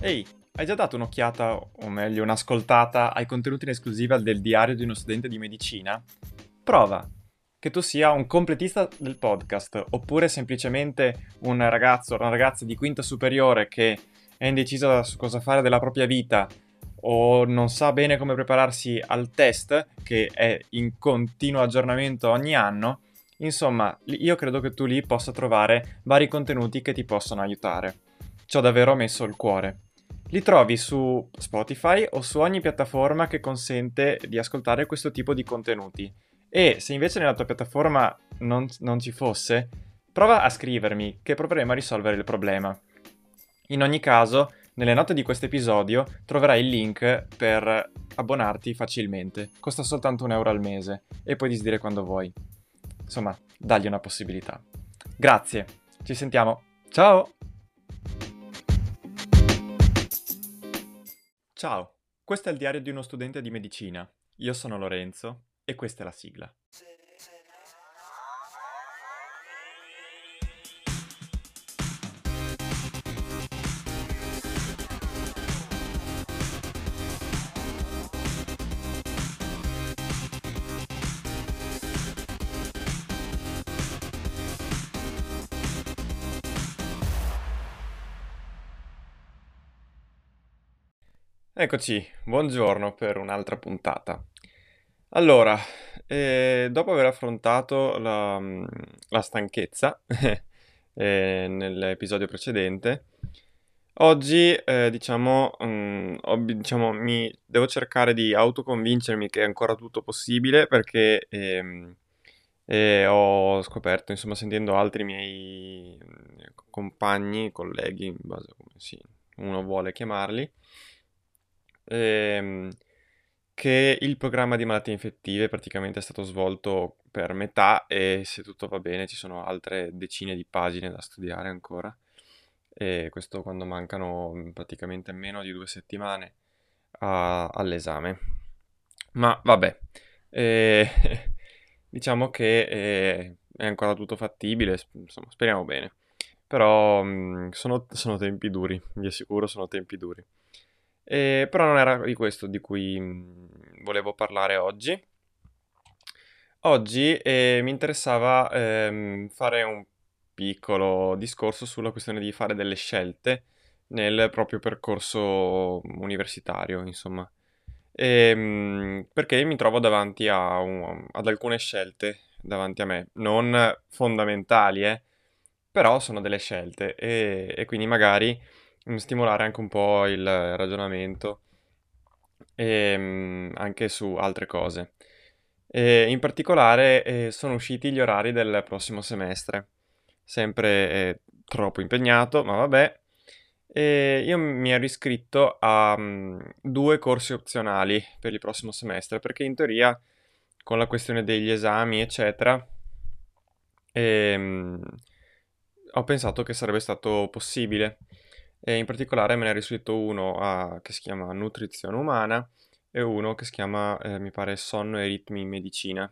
Ehi, hai già dato un'occhiata, o meglio un'ascoltata, ai contenuti in esclusiva del diario di uno studente di medicina? Prova che tu sia un completista del podcast, oppure semplicemente un ragazzo o una ragazza di quinta superiore che è indecisa su cosa fare della propria vita o non sa bene come prepararsi al test, che è in continuo aggiornamento ogni anno. Insomma, io credo che tu lì possa trovare vari contenuti che ti possono aiutare. Ci ho davvero messo il cuore. Li trovi su Spotify o su ogni piattaforma che consente di ascoltare questo tipo di contenuti. E se invece nella tua piattaforma non ci fosse, prova a scrivermi che proveremo a risolvere il problema. In ogni caso, nelle note di questo episodio troverai il link per abbonarti facilmente. Costa soltanto 1 euro al mese e puoi disdire quando vuoi. Insomma, dagli una possibilità. Grazie, ci sentiamo. Ciao! Ciao, questo è il diario di uno studente di medicina. Io sono Lorenzo e questa è la sigla. Eccoci, buongiorno per un'altra puntata. Allora, dopo aver affrontato la stanchezza nell'episodio precedente, oggi diciamo, mi devo cercare di autoconvincermi che è ancora tutto possibile perché ho scoperto, insomma, sentendo altri miei compagni, colleghi, in base a come uno vuole chiamarli, ehm, che il programma di malattie infettive praticamente è stato svolto per metà e se tutto va bene ci sono altre decine di pagine da studiare ancora. E questo quando mancano praticamente meno di 2 settimane all'esame. Ma vabbè, eh, diciamo che è ancora tutto fattibile, insomma, speriamo bene. Però sono tempi duri, vi assicuro, sono tempi duri. Però non era di questo di cui volevo parlare oggi. Oggi mi interessava fare un piccolo discorso sulla questione di fare delle scelte nel proprio percorso universitario, insomma. Perché mi trovo davanti ad alcune scelte davanti a me, non fondamentali, però sono delle scelte e quindi magari stimolare anche un po' il ragionamento anche su altre cose. In particolare sono usciti gli orari del prossimo semestre, sempre troppo impegnato, ma vabbè. E io mi ero iscritto a 2 corsi opzionali per il prossimo semestre, perché in teoria con la questione degli esami, eccetera, ehm, ho pensato che sarebbe stato possibile. E in particolare me ne ero iscritto uno che si chiama Nutrizione Umana e uno che si chiama, mi pare, Sonno e ritmi in medicina.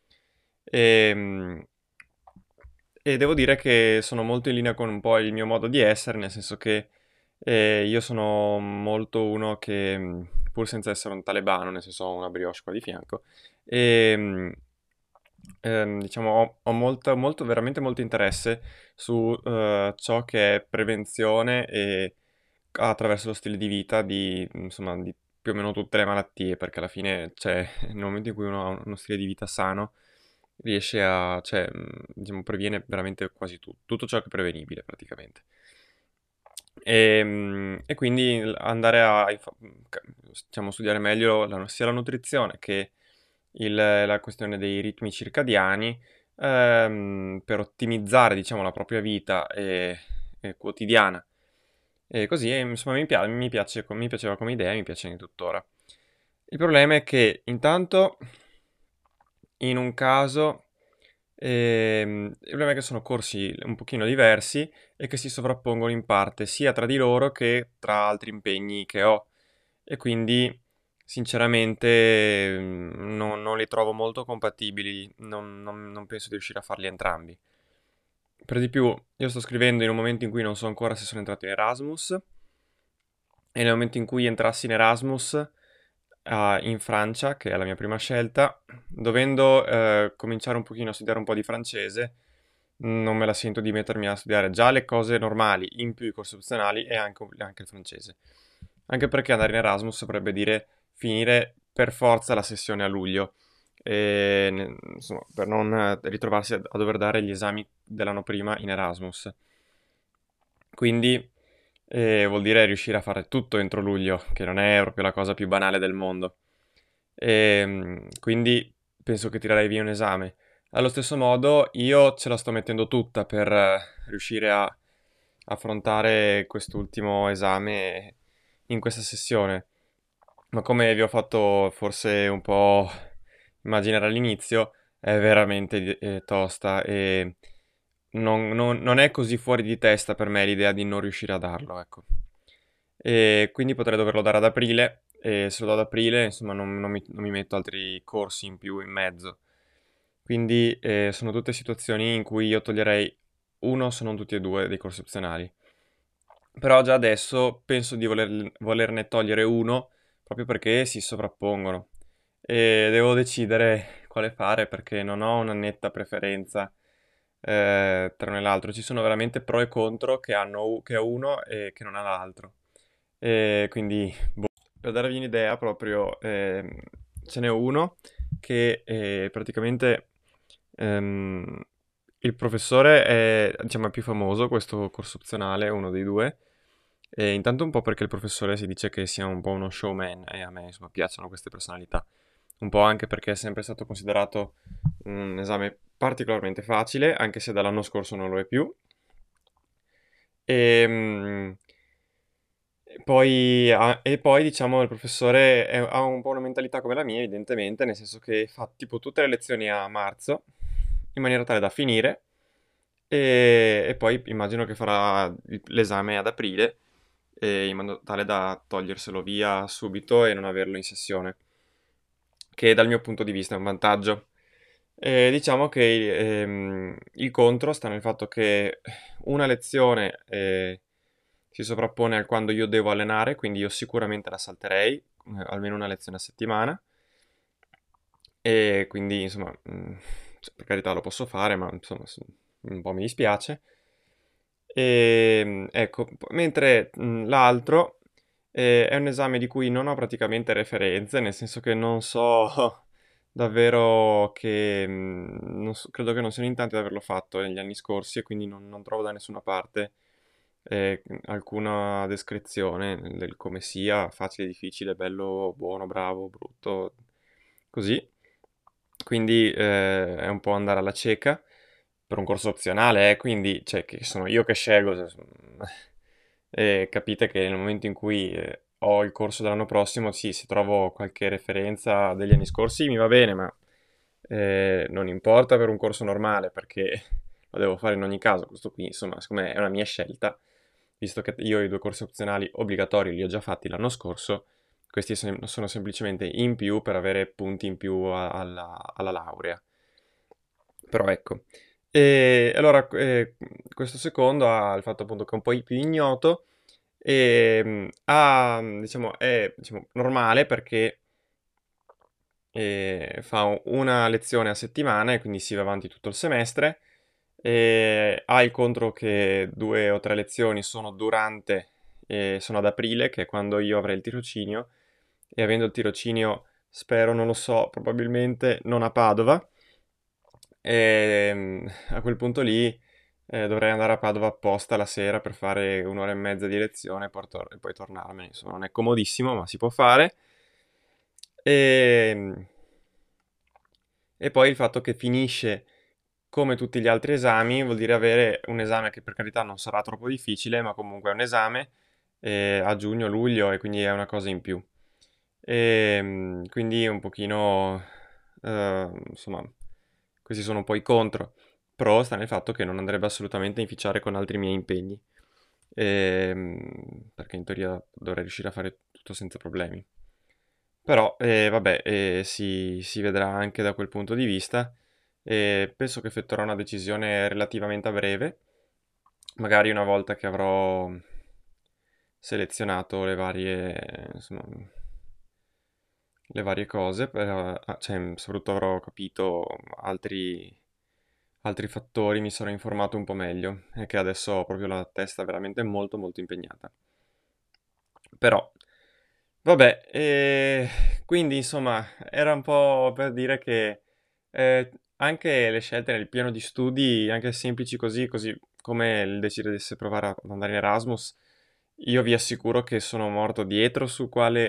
E, e devo dire che sono molto in linea con un po' il mio modo di essere, nel senso che io sono molto uno che, pur senza essere un talebano, nel senso ho una brioche qua di fianco, e, diciamo ho veramente molto interesse su ciò che è prevenzione e attraverso lo stile di vita insomma, di più o meno tutte le malattie, perché alla fine, cioè, nel momento in cui uno ha uno stile di vita sano, riesce cioè, diciamo, previene veramente quasi tutto ciò che è prevenibile praticamente. E quindi andare diciamo, studiare meglio sia la nutrizione che la questione dei ritmi circadiani per ottimizzare, diciamo, la propria vita e quotidiana. E così, insomma, mi piaceva come idea e mi piace tuttora. Il problema è che intanto in un caso il problema è che sono corsi un pochino diversi e che si sovrappongono in parte sia tra di loro che tra altri impegni che ho e quindi sinceramente non li trovo molto compatibili, non penso di riuscire a farli entrambi. Per di più, io sto scrivendo in un momento in cui non so ancora se sono entrato in Erasmus e nel momento in cui entrassi in Erasmus in Francia, che è la mia prima scelta, dovendo cominciare un pochino a studiare un po' di francese, non me la sento di mettermi a studiare già le cose normali, in più i corsi opzionali e anche il francese. Anche perché andare in Erasmus vorrebbe dire finire per forza la sessione a luglio, insomma, per non ritrovarsi a dover dare gli esami dell'anno prima in Erasmus. Quindi vuol dire riuscire a fare tutto entro luglio, che non è proprio la cosa più banale del mondo. Quindi penso che tirerei via un esame. Allo stesso modo, io ce la sto mettendo tutta per riuscire a affrontare quest'ultimo esame in questa sessione. Ma come vi ho fatto forse un po' immaginare all'inizio, è veramente tosta e non è così fuori di testa per me l'idea di non riuscire a darlo, ecco. E quindi potrei doverlo dare ad aprile, e se lo do ad aprile, insomma, non mi metto altri corsi in più in mezzo. Quindi sono tutte situazioni in cui io toglierei uno, se non tutti e due, dei corsi opzionali. Però già adesso penso di volerne togliere uno proprio perché si sovrappongono e devo decidere quale fare perché non ho una netta preferenza tra uno e l'altro. Ci sono veramente pro e contro che ha uno e che non ha l'altro. E quindi, boh, per darvi un'idea proprio, ce n'è uno che praticamente ehm, il professore è, diciamo, è più famoso, questo corso opzionale, uno dei due. E intanto un po' perché il professore si dice che sia un po' uno showman e a me insomma piacciono queste personalità. Un po' anche perché è sempre stato considerato un esame particolarmente facile, anche se dall'anno scorso non lo è più. E poi diciamo il professore ha un po' una mentalità come la mia, evidentemente, nel senso che fa tipo tutte le lezioni a marzo, in maniera tale da finire, e poi immagino che farà l'esame ad aprile, in modo tale da toglierselo via subito e non averlo in sessione, che dal mio punto di vista è un vantaggio. Diciamo che il contro sta nel fatto che una lezione si sovrappone al quando io devo allenare, quindi io sicuramente la salterei, almeno una lezione a settimana. E quindi, insomma, cioè, per carità lo posso fare, ma insomma, un po' mi dispiace. Ecco, mentre l'altro è un esame di cui non ho praticamente referenze, nel senso che non so davvero che... credo che non siano in tanti ad averlo fatto negli anni scorsi e quindi non trovo da nessuna parte alcuna descrizione del come sia, facile, difficile, bello, buono, bravo, brutto, così. Quindi è un po' andare alla cieca per un corso opzionale, quindi cioè, che sono io che scelgo. E capite che nel momento in cui ho il corso dell'anno prossimo, sì, se trovo qualche referenza degli anni scorsi mi va bene, ma non importa per un corso normale perché lo devo fare in ogni caso. Questo qui, insomma, siccome è una mia scelta, visto che io i due corsi opzionali obbligatori li ho già fatti l'anno scorso, questi sono semplicemente in più per avere punti in più alla laurea. Però ecco. E allora, questo secondo ha il fatto appunto che è un po' più ignoto e diciamo, è diciamo, normale perché fa una lezione a settimana e quindi si va avanti tutto il semestre. E ha il contro che 2 o 3 lezioni sono ad aprile, che è quando io avrei il tirocinio, e avendo il tirocinio, spero, non lo so, probabilmente non a Padova. A quel punto lì dovrei andare a Padova apposta la sera per fare un'ora e mezza di lezione e poi tornarmene. Insomma, non è comodissimo, ma si può fare. E, e poi il fatto che finisce come tutti gli altri esami vuol dire avere un esame che per carità non sarà troppo difficile, ma comunque è un esame a giugno, luglio e quindi è una cosa in più. Quindi un pochino, insomma, questi sono un po' i contro. Pro sta nel fatto che non andrebbe assolutamente a inficiare con altri miei impegni, perché in teoria dovrei riuscire a fare tutto senza problemi. Però, vabbè, si vedrà anche da quel punto di vista e penso che effettuerò una decisione relativamente a breve, magari una volta che avrò selezionato insomma, le varie cose, cioè, soprattutto avrò capito altri fattori, mi sarò informato un po' meglio, e che adesso ho proprio la testa veramente molto molto impegnata. Però, vabbè, quindi insomma, era un po' per dire che anche le scelte nel piano di studi, anche semplici così come il decidere di provare ad andare in Erasmus, io vi assicuro che sono morto dietro su quale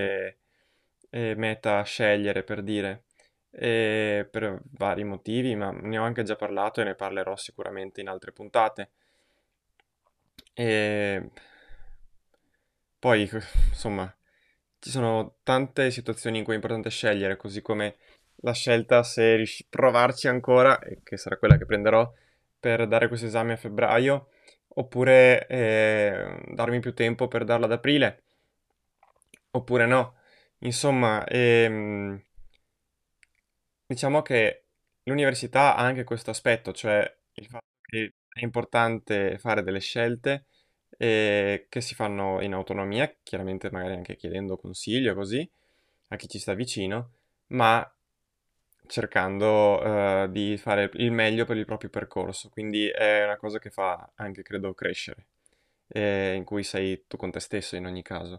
meta scegliere, per dire, per vari motivi, ma ne ho anche già parlato e ne parlerò sicuramente in altre puntate. E poi, insomma, ci sono tante situazioni in cui è importante scegliere, così come la scelta se provarci ancora, e che sarà quella che prenderò per dare questo esame a febbraio, oppure darmi più tempo per darlo ad aprile, oppure no. Insomma, diciamo che l'università ha anche questo aspetto, cioè il fatto che è importante fare delle scelte che si fanno in autonomia, chiaramente magari anche chiedendo consiglio così a chi ci sta vicino, ma cercando di fare il meglio per il proprio percorso. Quindi è una cosa che fa anche, credo, crescere, in cui sei tu con te stesso in ogni caso.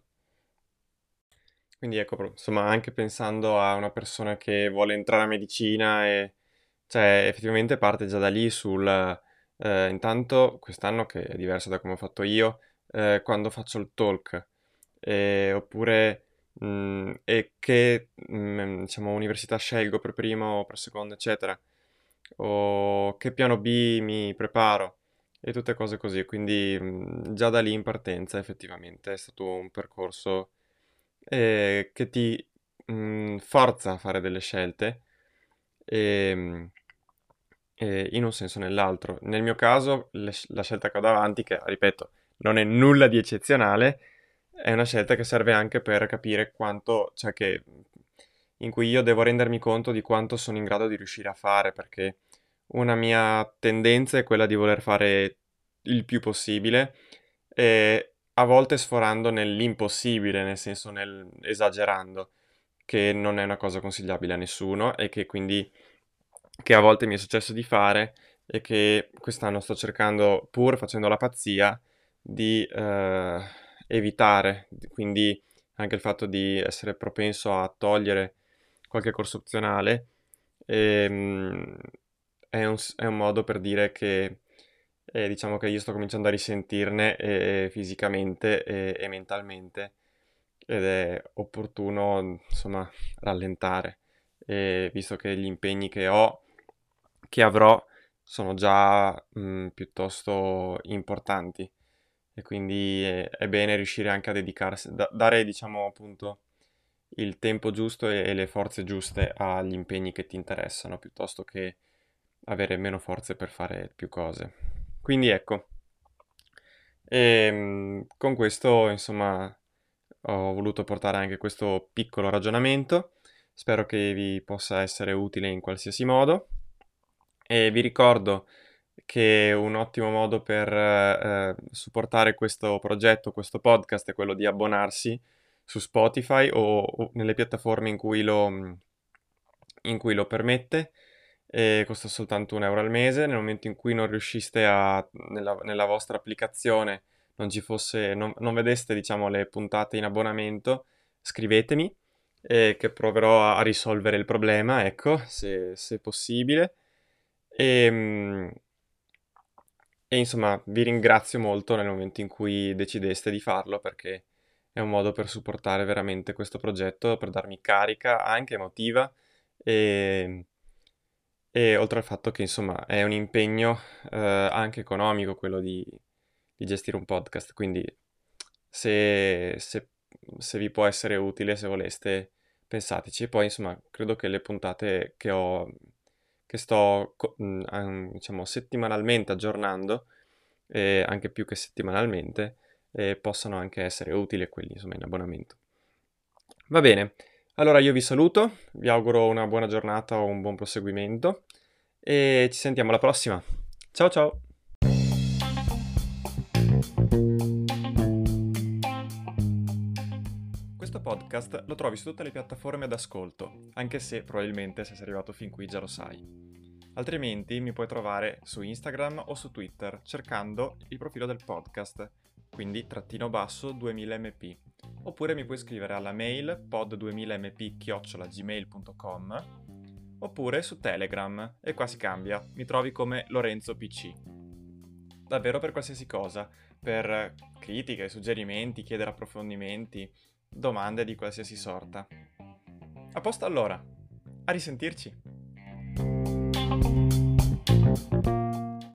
Quindi ecco, insomma, anche pensando a una persona che vuole entrare a medicina e cioè effettivamente parte già da lì intanto quest'anno che è diverso da come ho fatto io, quando faccio il talk, oppure e che diciamo università scelgo per primo o per secondo, eccetera, o che piano B mi preparo e tutte cose così. Quindi già da lì in partenza effettivamente è stato un percorso che ti forza a fare delle scelte ehm, in un senso o nell'altro. Nel mio caso, la scelta che ho davanti, che ripeto, non è nulla di eccezionale, è una scelta che serve anche per capire quanto, cioè che in cui io devo rendermi conto di quanto sono in grado di riuscire a fare, perché una mia tendenza è quella di voler fare il più possibile, e a volte sforando nell'impossibile, nel senso nel esagerando, che non è una cosa consigliabile a nessuno e che quindi che a volte mi è successo di fare e che quest'anno sto cercando, pur facendo la pazzia, di evitare. Quindi anche il fatto di essere propenso a togliere qualche corso opzionale ehm, è un modo per dire che diciamo che io sto cominciando a risentirne fisicamente e mentalmente ed è opportuno, insomma, rallentare, visto che gli impegni che avrò, sono già piuttosto importanti e quindi è bene riuscire anche a dedicarsi, dare, diciamo, appunto il tempo giusto e le forze giuste agli impegni che ti interessano, piuttosto che avere meno forze per fare più cose. Quindi ecco, con questo, insomma, ho voluto portare anche questo piccolo ragionamento. Spero che vi possa essere utile in qualsiasi modo. E vi ricordo che un ottimo modo per supportare questo progetto, questo podcast, è quello di abbonarsi su Spotify o nelle piattaforme in cui lo permette. E costa soltanto 1 euro al mese. Nel momento in cui non riusciste nella vostra applicazione, non ci fosse, non vedeste, diciamo, le puntate in abbonamento, scrivetemi che proverò a risolvere il problema, ecco, se possibile. E, e insomma, vi ringrazio molto nel momento in cui decideste di farlo perché è un modo per supportare veramente questo progetto, per darmi carica anche emotiva e, e oltre al fatto che insomma è un impegno anche economico quello di gestire un podcast, quindi se, se- se vi può essere utile, se voleste, pensateci. E poi insomma, credo che le puntate che sto diciamo settimanalmente aggiornando, anche più che settimanalmente, possano anche essere utili a quelli insomma in abbonamento. Va bene, allora io vi saluto, vi auguro una buona giornata o un buon proseguimento e ci sentiamo alla prossima. Ciao ciao! podcast lo trovi su tutte le piattaforme d'ascolto, anche se probabilmente se sei arrivato fin qui già lo sai. Altrimenti mi puoi trovare su Instagram o su Twitter cercando il profilo del podcast, quindi _2000mp. Oppure mi puoi scrivere alla mail pod2000mp@gmail.com oppure su Telegram, e qua si cambia, mi trovi come Lorenzo PC. Davvero per qualsiasi cosa, per critiche, suggerimenti, chiedere approfondimenti, domande di qualsiasi sorta. A posto allora, a risentirci!